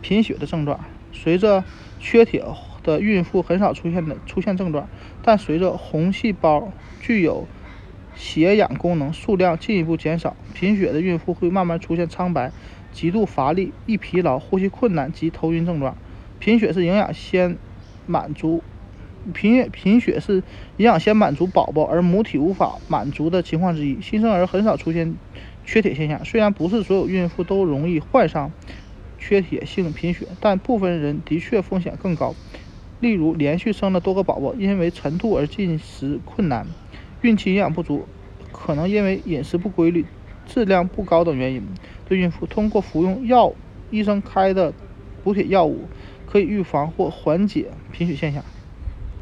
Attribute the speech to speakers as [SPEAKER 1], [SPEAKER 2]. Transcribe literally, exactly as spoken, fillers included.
[SPEAKER 1] 贫血的症状。随着缺铁的孕妇很少出现的出现症状，但随着红细胞具有血氧功能数量进一步减少，贫血的孕妇会慢慢出现苍白、极度乏力、易疲劳、呼吸困难及头晕症状。贫血是营养先满足贫贫血是营养先满足宝宝而母体无法满足的情况之一。新生儿很少出现缺铁现象，虽然不是所有孕妇都容易患上缺铁性贫血，但部分人的确风险更高。例如连续生了多个宝宝，因为晨吐而进食困难，孕期营养不足，可能因为饮食不规律、质量不高等原因。对孕妇，通过服用药医生开的补铁药物，可以预防或缓解贫血现象。